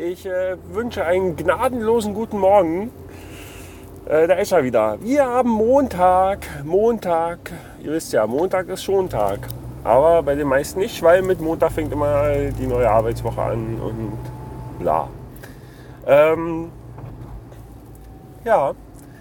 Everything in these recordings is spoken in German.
Ich wünsche einen gnadenlosen guten Morgen. Da ist er wieder. Wir haben Montag. Ihr wisst ja, Montag ist schon Tag. Aber bei den meisten nicht, weil mit Montag fängt immer die neue Arbeitswoche an und bla. Ja.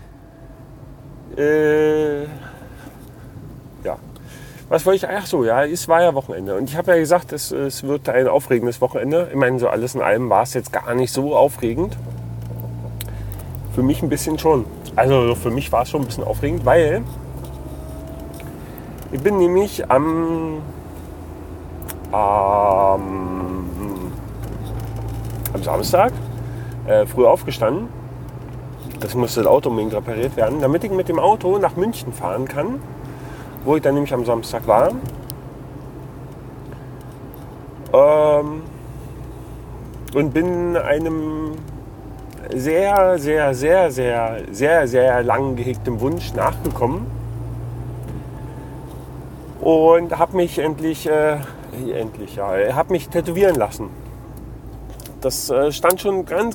Ja. Was wollte ich? Ach so, ja, es war ja Wochenende. Und ich habe ja gesagt, es wird ein aufregendes Wochenende. Ich meine, so alles in allem war es jetzt gar nicht so aufregend. Für mich ein bisschen schon. Also für mich war es schon ein bisschen aufregend, weil ich bin nämlich am Samstag früh aufgestanden. Das musste das Auto unbedingt repariert werden, damit ich mit dem Auto nach München fahren kann, wo ich dann nämlich am Samstag war. Und bin einem sehr lang gehegtem Wunsch nachgekommen und habe mich habe mich tätowieren lassen. Das stand schon ganz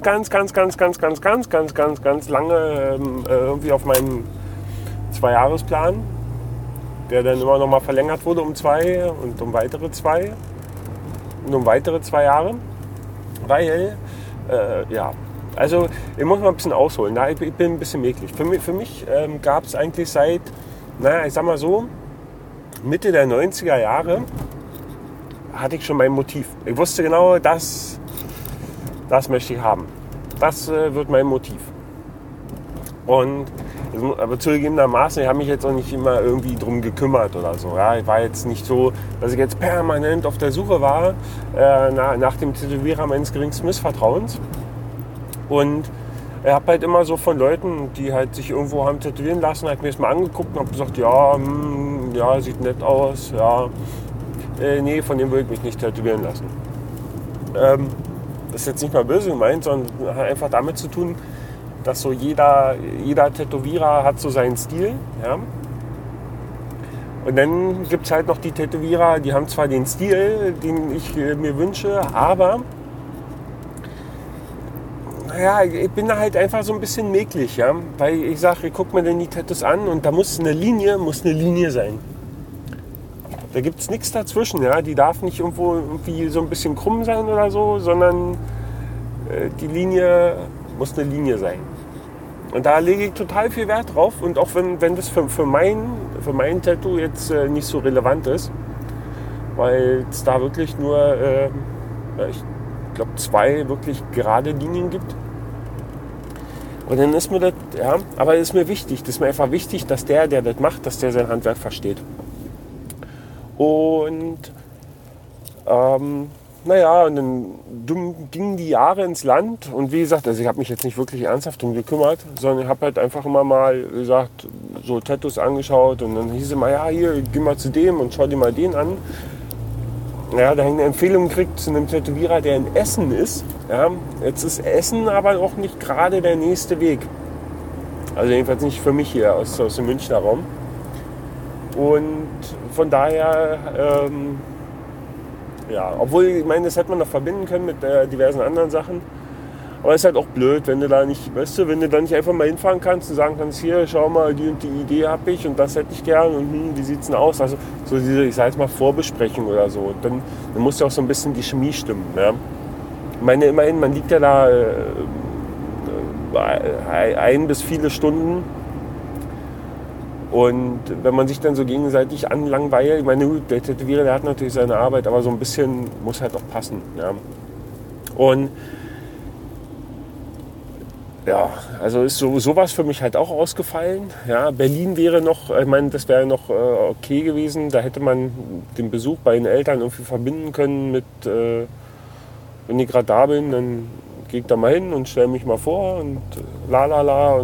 lange irgendwie auf meinem 2-Jahresplan, der dann immer noch mal verlängert wurde um 2 und um weitere 2 und um weitere 2 Jahre, weil also ich muss mal ein bisschen ausholen. Ich bin ein bisschen mäklig. Für mich gab es eigentlich seit, ich sag mal so, Mitte der 90er Jahre hatte ich schon mein Motiv. Ich wusste genau, das möchte ich haben. Das wird mein Motiv. Und aber zugegebenermaßen, ich habe mich jetzt auch nicht immer irgendwie drum gekümmert oder so. Ja, ich war jetzt nicht so, dass ich jetzt permanent auf der Suche war nach dem Tätowierer meines geringsten Missvertrauens. Und ich habe halt immer so von Leuten, die halt sich irgendwo haben tätowieren lassen, halt mir das mal angeguckt und habe gesagt, ja, sieht nett aus, ja. Nee, von dem will ich mich nicht tätowieren lassen. Das ist jetzt nicht mal böse gemeint, sondern hat einfach damit zu tun, dass so jeder Tätowierer hat so seinen Stil. Ja? Und dann gibt es halt noch die Tätowierer, die haben zwar den Stil, den ich mir wünsche, aber ich bin da halt einfach so ein bisschen mäklig, ja? Weil ich sage, ich gucke mir denn die Tattoos an und da muss eine Linie sein. Da gibt es nichts dazwischen, ja? Die darf nicht irgendwie so ein bisschen krumm sein oder so, sondern die Linie muss eine Linie sein. Und da lege ich total viel Wert drauf. Und auch wenn das für mein Tattoo jetzt nicht so relevant ist, weil es da wirklich nur, ich glaube, 2 wirklich gerade Linien gibt. Und dann ist mir das, aber es ist mir wichtig, das ist mir einfach wichtig, dass der das macht, dass der sein Handwerk versteht. Und und dann gingen die Jahre ins Land und wie gesagt, also ich habe mich jetzt nicht wirklich ernsthaft drum gekümmert, sondern ich habe halt einfach immer mal gesagt, so Tattoos angeschaut und dann hieß es mal, ja hier, geh mal zu dem und schau dir mal den an. Ja, da habe ich eine Empfehlung gekriegt zu einem Tätowierer, der in Essen ist. Ja, jetzt ist Essen aber auch nicht gerade der nächste Weg. Also jedenfalls nicht für mich hier aus dem Münchner Raum. Und von daher, obwohl, ich meine, das hätte man noch verbinden können mit diversen anderen Sachen. Aber es ist halt auch blöd, wenn du da nicht, wenn du da nicht einfach mal hinfahren kannst und sagen kannst, hier, schau mal, die und die Idee habe ich und das hätte ich gern und wie sieht's denn aus? Also so diese, ich sage jetzt mal, Vorbesprechung oder so. Und dann muss ja auch so ein bisschen die Chemie stimmen. Ja? Ich meine, immerhin, man liegt ja da 1 bis viele Stunden. Und wenn man sich dann so gegenseitig anlangweilt, ich meine, der Tätowierer, der hat natürlich seine Arbeit, aber so ein bisschen muss halt auch passen. Ja? Und ja, also ist sowas für mich halt auch ausgefallen. Ja, Berlin wäre noch, ich meine, das wäre noch okay gewesen. Da hätte man den Besuch bei den Eltern irgendwie verbinden können mit, wenn ich gerade da bin, dann gehe ich da mal hin und stelle mich mal vor und aber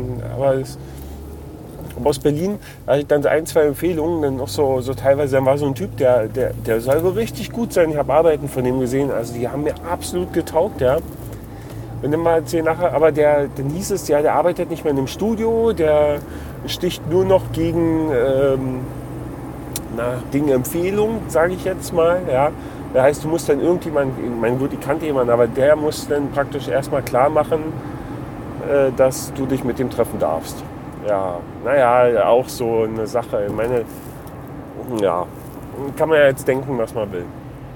aus Berlin hatte ich dann 1, 2 Empfehlungen, dann auch so teilweise, dann war so ein Typ, der soll wohl richtig gut sein. Ich habe Arbeiten von dem gesehen, also die haben mir absolut getaugt, ja. Und dann mal erzählen nachher, aber dann hieß es, ja, der arbeitet nicht mehr in einem Studio, der sticht nur noch gegen Empfehlung, sage ich jetzt mal, ja. Das heißt, du musst dann irgendjemand, ich meine, gut, ich kannte jemanden, aber der muss dann praktisch erstmal klar machen, dass du dich mit dem treffen darfst. Ja, naja, auch so eine Sache. Ich meine, ja, kann man ja jetzt denken, was man will.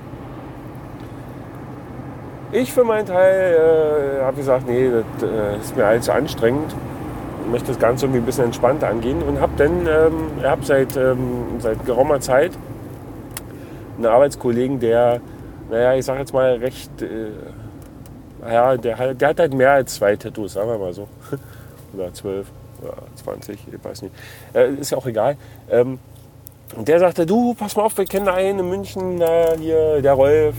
Ich für meinen Teil habe gesagt, nee, das ist mir allzu anstrengend. Ich möchte das Ganze irgendwie ein bisschen entspannter angehen und habe dann seit geraumer Zeit einen Arbeitskollegen, der, naja, ich sage jetzt mal recht, der hat halt mehr als 2 Tattoos, sagen wir mal so. Oder 12, oder 20, ich weiß nicht. Ist ja auch egal. Und der sagte, du, pass mal auf, wir kennen einen in München, hier, der Rolf.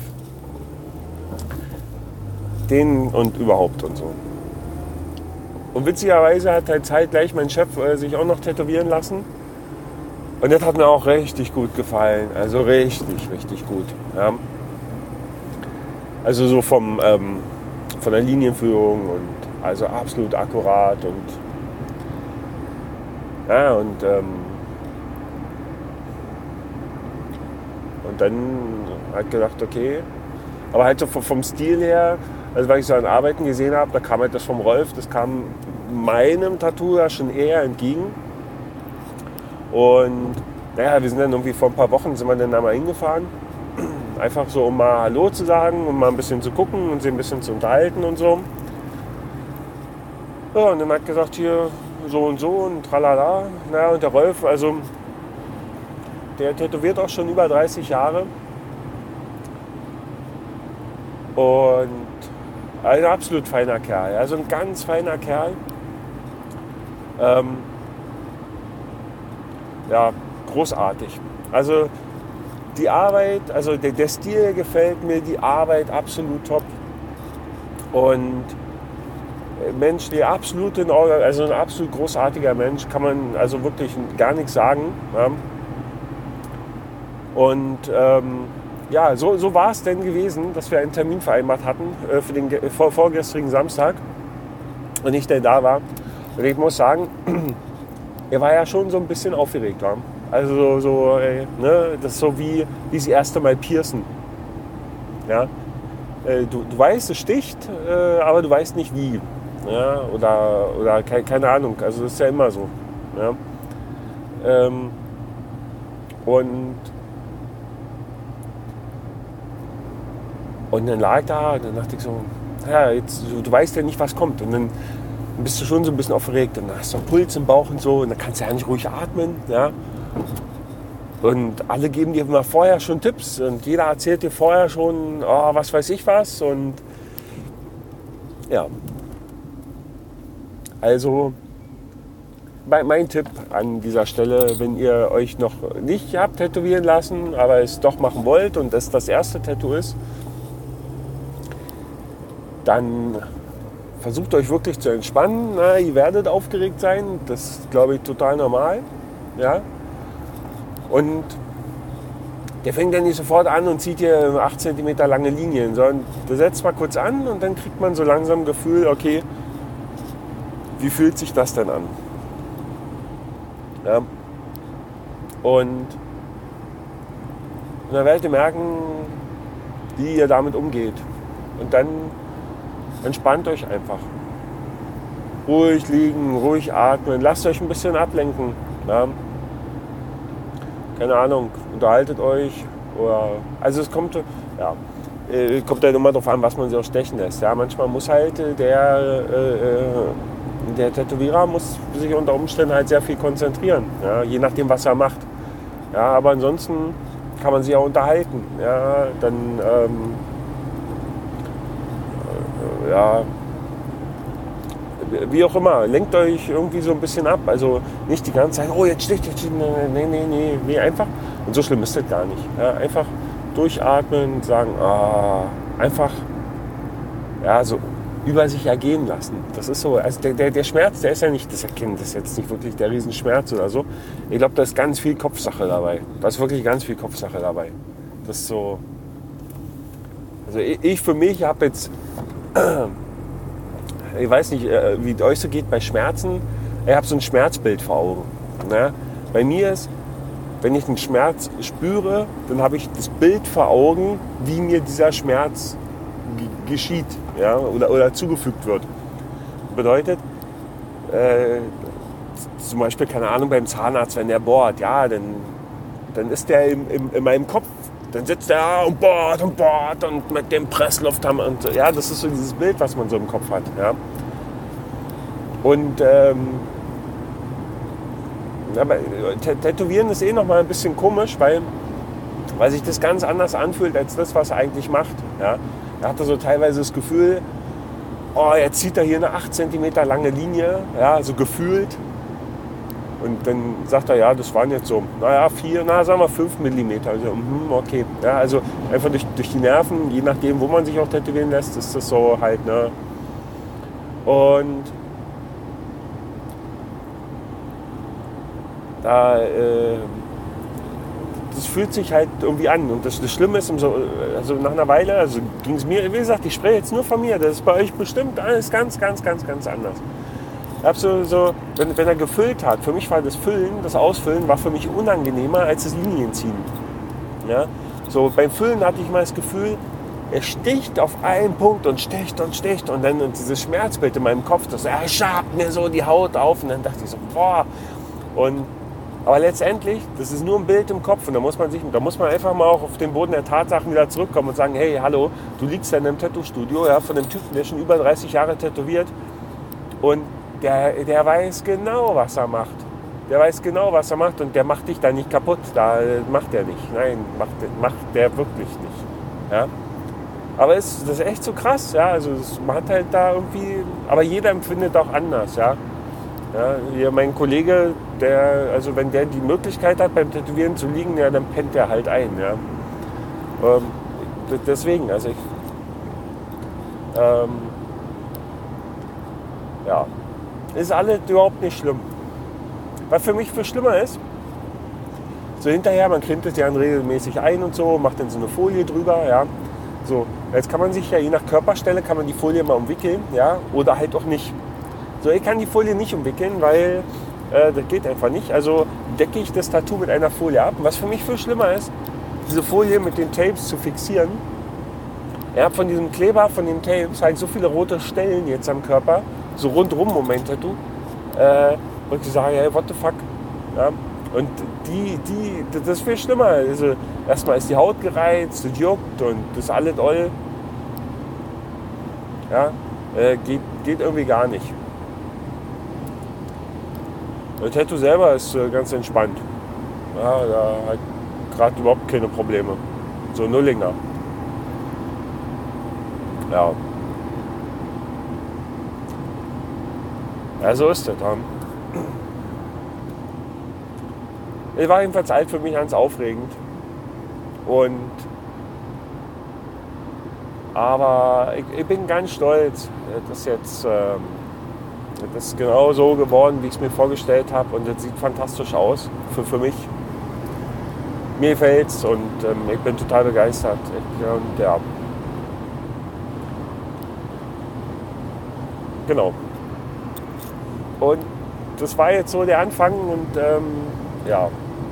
Den und überhaupt und so. Und witzigerweise hat halt zeitgleich mein Chef sich auch noch tätowieren lassen. Und das hat mir auch richtig gut gefallen. Also richtig, richtig gut. Ja. Also so von der Linienführung und also absolut akkurat und ja, und dann hat gedacht, okay, aber halt so vom Stil her, also weil ich so an Arbeiten gesehen habe, da kam halt das vom Rolf, das kam meinem Tattoo ja schon eher entgegen. Und naja, wir sind dann irgendwie vor ein paar Wochen sind wir dann da mal hingefahren. Einfach so, um mal Hallo zu sagen, um mal ein bisschen zu gucken und sich ein bisschen zu unterhalten und so. Ja, und dann hat gesagt, hier so und tralala. Naja, und der Rolf, also der tätowiert auch schon über 30 Jahre. Und ein absolut feiner Kerl, also ein ganz feiner Kerl. Ja, großartig. Also die Arbeit, also der Stil gefällt mir, die Arbeit absolut top. Und Mensch, der absolut in Ordnung, also ein absolut großartiger Mensch, kann man also wirklich gar nichts sagen. Ja. Und ja, so war es denn gewesen, dass wir einen Termin vereinbart hatten für den vorgestrigen Samstag und ich dann da war. Und ich muss sagen, er war ja schon so ein bisschen aufgeregt. Ja? Also ne, das ist so wie das erste Mal piercen. Ja? Du weißt, es sticht, aber du weißt nicht wie. Ja? Oder keine Ahnung, also das ist ja immer so. Ja? Und dann lag da, und dann dachte ich so, ja, jetzt, du weißt ja nicht, was kommt. Und dann bist du schon so ein bisschen aufgeregt. Und dann hast du einen Puls im Bauch und so. Und dann kannst du ja nicht ruhig atmen. Ja? Und alle geben dir mal vorher schon Tipps. Und jeder erzählt dir vorher schon, oh, was weiß ich was. Und ja. Also mein Tipp an dieser Stelle, wenn ihr euch noch nicht habt tätowieren lassen, aber es doch machen wollt und das erste Tattoo ist, dann versucht euch wirklich zu entspannen. Na, ihr werdet aufgeregt sein, das ist, glaube ich, total normal. Ja? Und der fängt ja nicht sofort an und zieht hier 8 cm lange Linien, sondern der setzt mal kurz an und dann kriegt man so langsam ein Gefühl, okay, wie fühlt sich das denn an? Ja? Und dann werdet ihr merken, wie ihr damit umgeht. Und dann entspannt euch einfach. Ruhig liegen, ruhig atmen, lasst euch ein bisschen ablenken. Ja? Keine Ahnung, unterhaltet euch. Oder, also es kommt ja immer darauf an, was man sich auch stechen lässt. Ja? Manchmal muss halt der Tätowierer muss sich unter Umständen halt sehr viel konzentrieren, ja? Je nachdem, was er macht. Ja, aber ansonsten kann man sich auch unterhalten. Ja? Dann ja, wie auch immer, lenkt euch irgendwie so ein bisschen ab. Also nicht die ganze Zeit, oh, jetzt sticht, nee, einfach. Und so schlimm ist das gar nicht. Ja, einfach durchatmen, sagen, einfach ja, so über sich ergehen lassen. Das ist so, also der Schmerz, der ist ja nicht, das Erkennen, das ist jetzt nicht wirklich der Riesenschmerz oder so. Ich glaube, da ist ganz viel Kopfsache dabei. Da ist wirklich ganz viel Kopfsache dabei. Das ist so, also ich für mich habe jetzt, ich weiß nicht, wie es euch so geht bei Schmerzen. Ich habe so ein Schmerzbild vor Augen. Ne? Bei mir ist, wenn ich einen Schmerz spüre, dann habe ich das Bild vor Augen, wie mir dieser Schmerz geschieht, ja, oder zugefügt wird. Bedeutet, zum Beispiel, keine Ahnung, beim Zahnarzt, wenn der bohrt, ja, dann ist der in meinem Kopf, dann sitzt der da und bohrt und mit dem Presslufthammer und so. Ja, das ist so dieses Bild, was man so im Kopf hat. Ja. Und aber Tätowieren ist nochmal ein bisschen komisch, weil sich das ganz anders anfühlt als das, was er eigentlich macht. Ja. Er hatte so teilweise das Gefühl, oh, jetzt zieht er hier eine 8 cm lange Linie, ja, so gefühlt. Und dann sagt er, ja, das waren jetzt so, naja, 5 mm. Also, okay. Ja, also einfach durch die Nerven, je nachdem, wo man sich auch tätowieren lässt, ist das so halt, ne. Und da, das fühlt sich halt irgendwie an. Und das Schlimme ist, also nach einer Weile, also ging es mir, wie gesagt, ich spreche jetzt nur von mir, das ist bei euch bestimmt alles ganz, ganz, ganz, ganz anders. Ich habe wenn er gefüllt hat, für mich war das Ausfüllen war für mich unangenehmer als das Linienziehen. Ja? So, beim Füllen hatte ich mal das Gefühl, er sticht auf einen Punkt und sticht und dann dieses Schmerzbild in meinem Kopf, er schabt mir so die Haut auf und dann dachte ich so, boah. Aber letztendlich, das ist nur ein Bild im Kopf und da muss man einfach mal auch auf den Boden der Tatsachen wieder zurückkommen und sagen, hey, hallo, du liegst da in einem Tattoo-Studio, ja, von einem Typen, der schon über 30 Jahre tätowiert und der weiß genau, was er macht. Der weiß genau, was er macht und der macht dich da nicht kaputt. Da macht er nicht. Nein, macht der wirklich nicht. Ja? Aber das ist echt so krass. Ja? Also man hat halt da irgendwie, aber jeder empfindet auch anders. Ja? Ja, hier mein Kollege, wenn der die Möglichkeit hat, beim Tätowieren zu liegen, ja, dann pennt der halt ein. Ja? Deswegen, also ja, ist alles überhaupt nicht schlimm. Was für mich viel schlimmer ist, so hinterher, man cremt es ja dann regelmäßig ein und so, macht dann so eine Folie drüber, ja. So, jetzt kann man sich ja je nach Körperstelle, kann man die Folie mal umwickeln, ja, oder halt auch nicht. So, ich kann die Folie nicht umwickeln, weil das geht einfach nicht. Also decke ich das Tattoo mit einer Folie ab. Und was für mich viel schlimmer ist, diese Folie mit den Tapes zu fixieren. Ja, von diesem Kleber, von den Tapes, halt so viele rote Stellen jetzt am Körper, so rundrum um mein Tattoo, und ich sage, hey, what the fuck? Ja, und das ist viel schlimmer. Also, erstmal ist die Haut gereizt, das juckt und das ist alles doll. Ja, geht irgendwie gar nicht. Das Tattoo selber ist ganz entspannt. Ja, da hat gerade überhaupt keine Probleme. So Nullinger. Ja. Ja, so ist das. Es war jedenfalls alt für mich ganz aufregend. Aber ich bin ganz stolz, dass jetzt das ist genau so geworden, wie ich es mir vorgestellt habe. Und das sieht fantastisch aus für mich. Mir gefällt's und ich bin total begeistert. Und ja. Genau. Und das war jetzt so der Anfang und ja.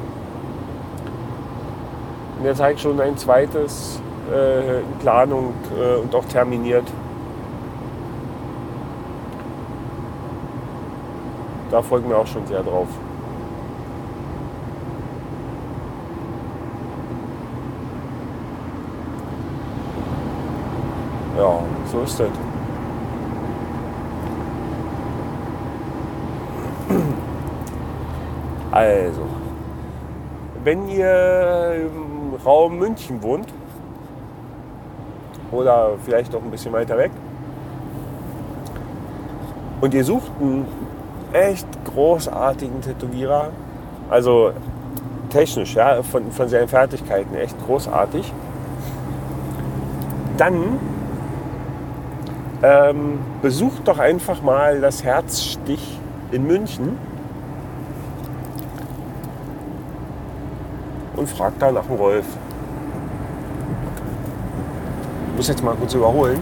Und jetzt habe ich schon ein zweites in Planung und auch terminiert. Da folgen wir auch schon sehr drauf. Ja, so ist das. Also, wenn ihr im Raum München wohnt oder vielleicht auch ein bisschen weiter weg und ihr sucht einen echt großartigen Tätowierer, also technisch, ja, von seinen Fertigkeiten echt großartig, dann besucht doch einfach mal das Herzstich in München und fragt da nach dem Rolf. Ich muss jetzt mal kurz überholen.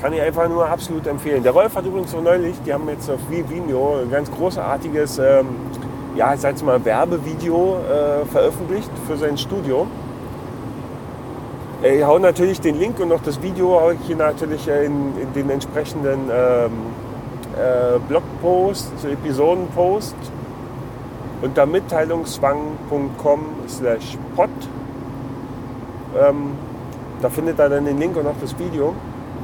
Kann ich einfach nur absolut empfehlen. Der Rolf hat übrigens so neulich, die haben jetzt auf Vimeo ein ganz großartiges, ich sag's mal, Werbevideo veröffentlicht für sein Studio. Ich hau natürlich den Link und noch das Video hau ich hier natürlich in den entsprechenden Blogpost, Episodenpost unter mitteilungszwang.com/pod. Da findet ihr dann den Link und auch das Video.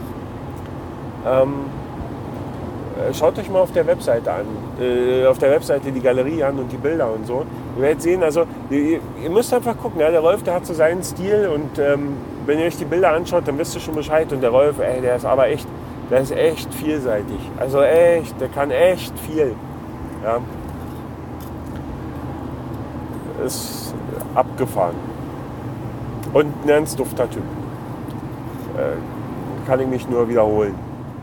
Schaut euch mal auf der Webseite an, auf der Webseite die Galerie an und die Bilder und so. Ihr werdet sehen, also ihr müsst einfach gucken, ja, der Rolf, der hat so seinen Stil und wenn ihr euch die Bilder anschaut, dann wisst ihr schon Bescheid. Und der Rolf, der ist aber echt, der ist echt vielseitig. Also echt, der kann echt viel. Ja. Ist abgefahren. Und ein ganz dufter Typ. Kann ich mich nur wiederholen.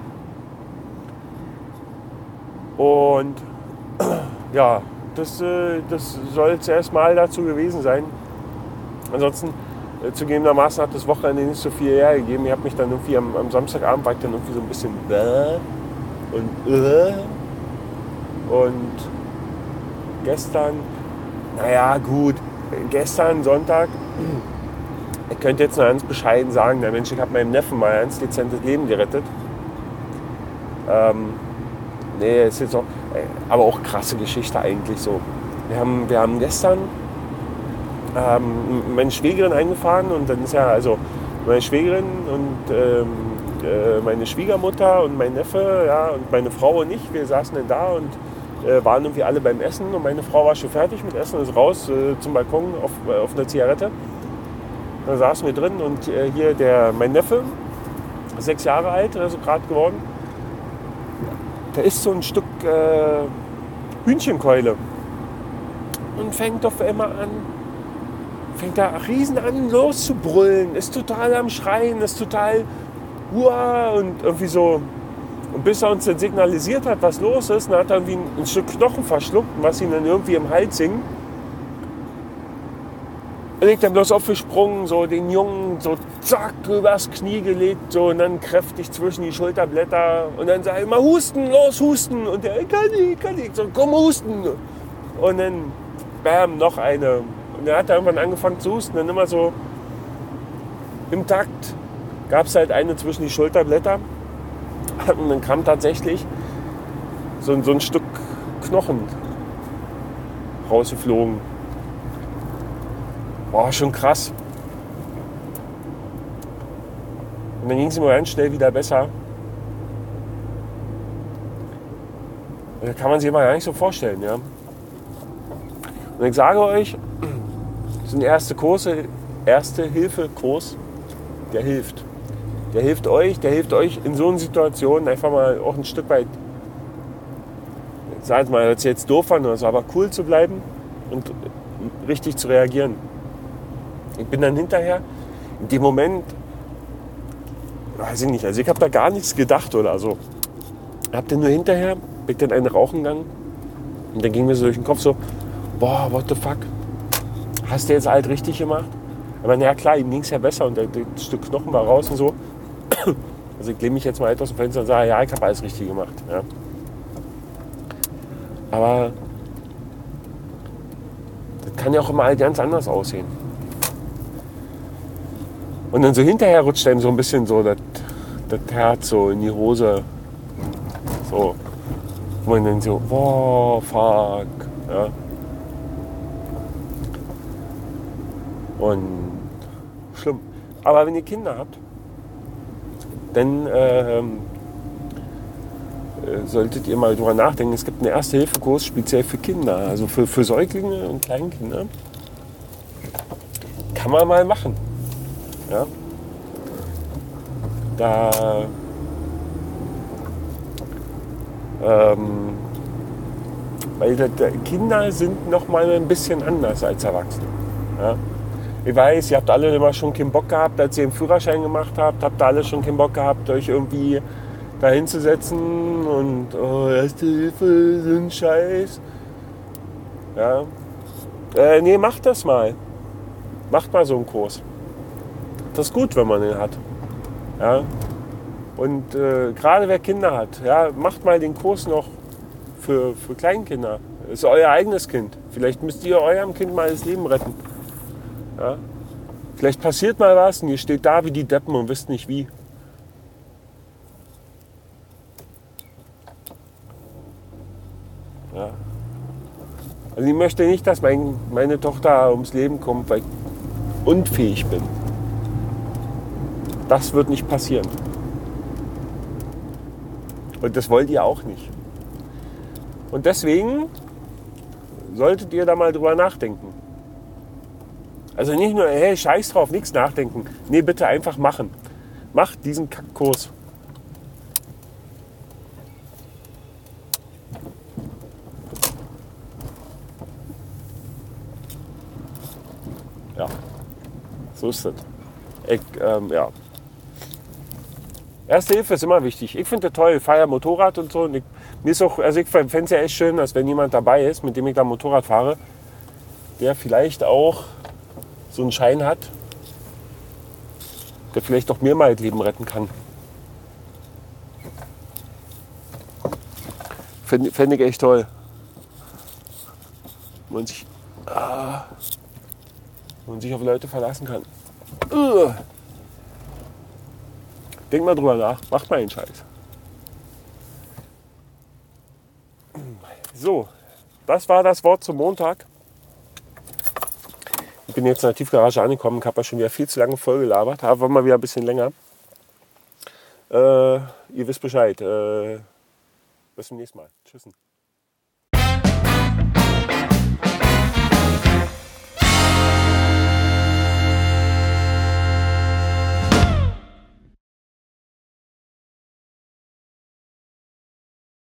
Und ja, das soll es erstmal dazu gewesen sein. Ansonsten zugegebenermaßen hat das Wochenende nicht so viel hergegeben. Ich habe mich dann irgendwie am Samstagabend war ich dann irgendwie so ein bisschen und gestern, naja gut, gestern Sonntag, ich könnte jetzt nur ganz bescheiden sagen, der Mensch, ich habe meinem Neffen mal ein ganz dezentes Leben gerettet. Nee, ist jetzt auch, aber auch krasse Geschichte eigentlich so. Wir haben gestern meine Schwägerin eingefahren und dann ist ja, also meine Schwägerin und meine Schwiegermutter und mein Neffe, ja, und meine Frau und ich, wir saßen dann da und waren irgendwie alle beim Essen und meine Frau war schon fertig mit Essen, ist raus zum Balkon auf eine Zigarette. Da saßen wir drin und hier mein Neffe, 6 Jahre alt, also gerade geworden, da ist so ein Stück Hühnchenkeule und fängt auf einmal an, fängt da riesen an loszubrüllen, ist total am Schreien, ist total und irgendwie so. Und bis er uns dann signalisiert hat, was los ist, dann hat er irgendwie ein Stück Knochen verschluckt, was ihn dann irgendwie im Hals hing. Er legt dann bloß aufgesprungen, so den Jungen so zack übers Knie gelegt, so und dann kräftig zwischen die Schulterblätter und dann sagt er immer husten, los husten und der kann ich, so komm husten und dann bam, noch eine und dann hat er irgendwann angefangen zu husten, dann immer so im Takt gab es halt eine zwischen die Schulterblätter und dann kam tatsächlich so ein Stück Knochen rausgeflogen. Boah, schon krass. Und dann ging es mir ganz schnell wieder besser. Das kann man sich immer gar nicht so vorstellen, ja. Und ich sage euch, so ein Erste-Hilfe-Kurs, der hilft. Der hilft euch in so einer Situation einfach mal auch ein Stück weit, ich sag mal, hört sich jetzt doof an, aber cool zu bleiben und richtig zu reagieren. Ich bin dann hinterher, in dem Moment, weiß ich nicht, also ich habe da gar nichts gedacht oder so. Ich habe dann nur hinterher, bin ich dann einen rauchen gegangen und dann ging mir so durch den Kopf so, boah, what the fuck, hast du jetzt halt richtig gemacht? Aber ja klar, ihm ging es ja besser und das Stück Knochen war raus und so. Also ich lehne mich jetzt mal etwas aus dem Fenster und sage, ja, ich habe alles richtig gemacht. Ja. Aber das kann ja auch immer ganz anders aussehen. Und dann so hinterher rutscht einem so ein bisschen so das Herz so in die Hose. So. Wo man dann so, boah, fuck. Ja. Und schlimm. Aber wenn ihr Kinder habt, dann solltet ihr mal drüber nachdenken. Es gibt einen Erste-Hilfe-Kurs speziell für Kinder, also für Säuglinge und Kleinkinder. Kann man mal machen. Ja? Weil Kinder sind noch mal ein bisschen anders als Erwachsene. Ja? Ich weiß, ihr habt alle immer schon keinen Bock gehabt, als ihr den Führerschein gemacht habt, habt ihr alle schon keinen Bock gehabt, euch irgendwie da hinzusetzen und Erste Hilfe, so ein Scheiß. Ja. Nee, macht das mal. Macht mal so einen Kurs. Das ist gut, wenn man den hat. Ja. Und gerade wer Kinder hat, ja, macht mal den Kurs noch für Kleinkinder. Das ist euer eigenes Kind. Vielleicht müsst ihr eurem Kind mal das Leben retten. Ja? Vielleicht passiert mal was und ihr steht da wie die Deppen und wisst nicht wie. Ja. Also ich möchte nicht, dass meine Tochter ums Leben kommt, weil ich unfähig bin. Das wird nicht passieren. Und das wollt ihr auch nicht. Und deswegen solltet ihr da mal drüber nachdenken. Also nicht nur, hey, scheiß drauf, nichts nachdenken. Nee, bitte einfach machen. Macht diesen Kackkurs. Ja, so ist das. Ja. Erste Hilfe ist immer wichtig. Ich finde das toll, ich fahre ja Motorrad und so. Und mir ist auch, also ich fände es ja echt schön, dass wenn jemand dabei ist, mit dem ich da Motorrad fahre, der vielleicht auch so einen Schein hat, der vielleicht auch mir mal das Leben retten kann. Fände ich echt toll. Wenn man sich auf Leute verlassen kann. Denk mal drüber nach, macht mal einen Scheiß. So, das war das Wort zum Montag. Ich bin jetzt in der Tiefgarage angekommen, habe ja schon wieder viel zu lange voll gelabert, aber mal wieder ein bisschen länger. Ihr wisst Bescheid. Bis zum nächsten Mal. Tschüss.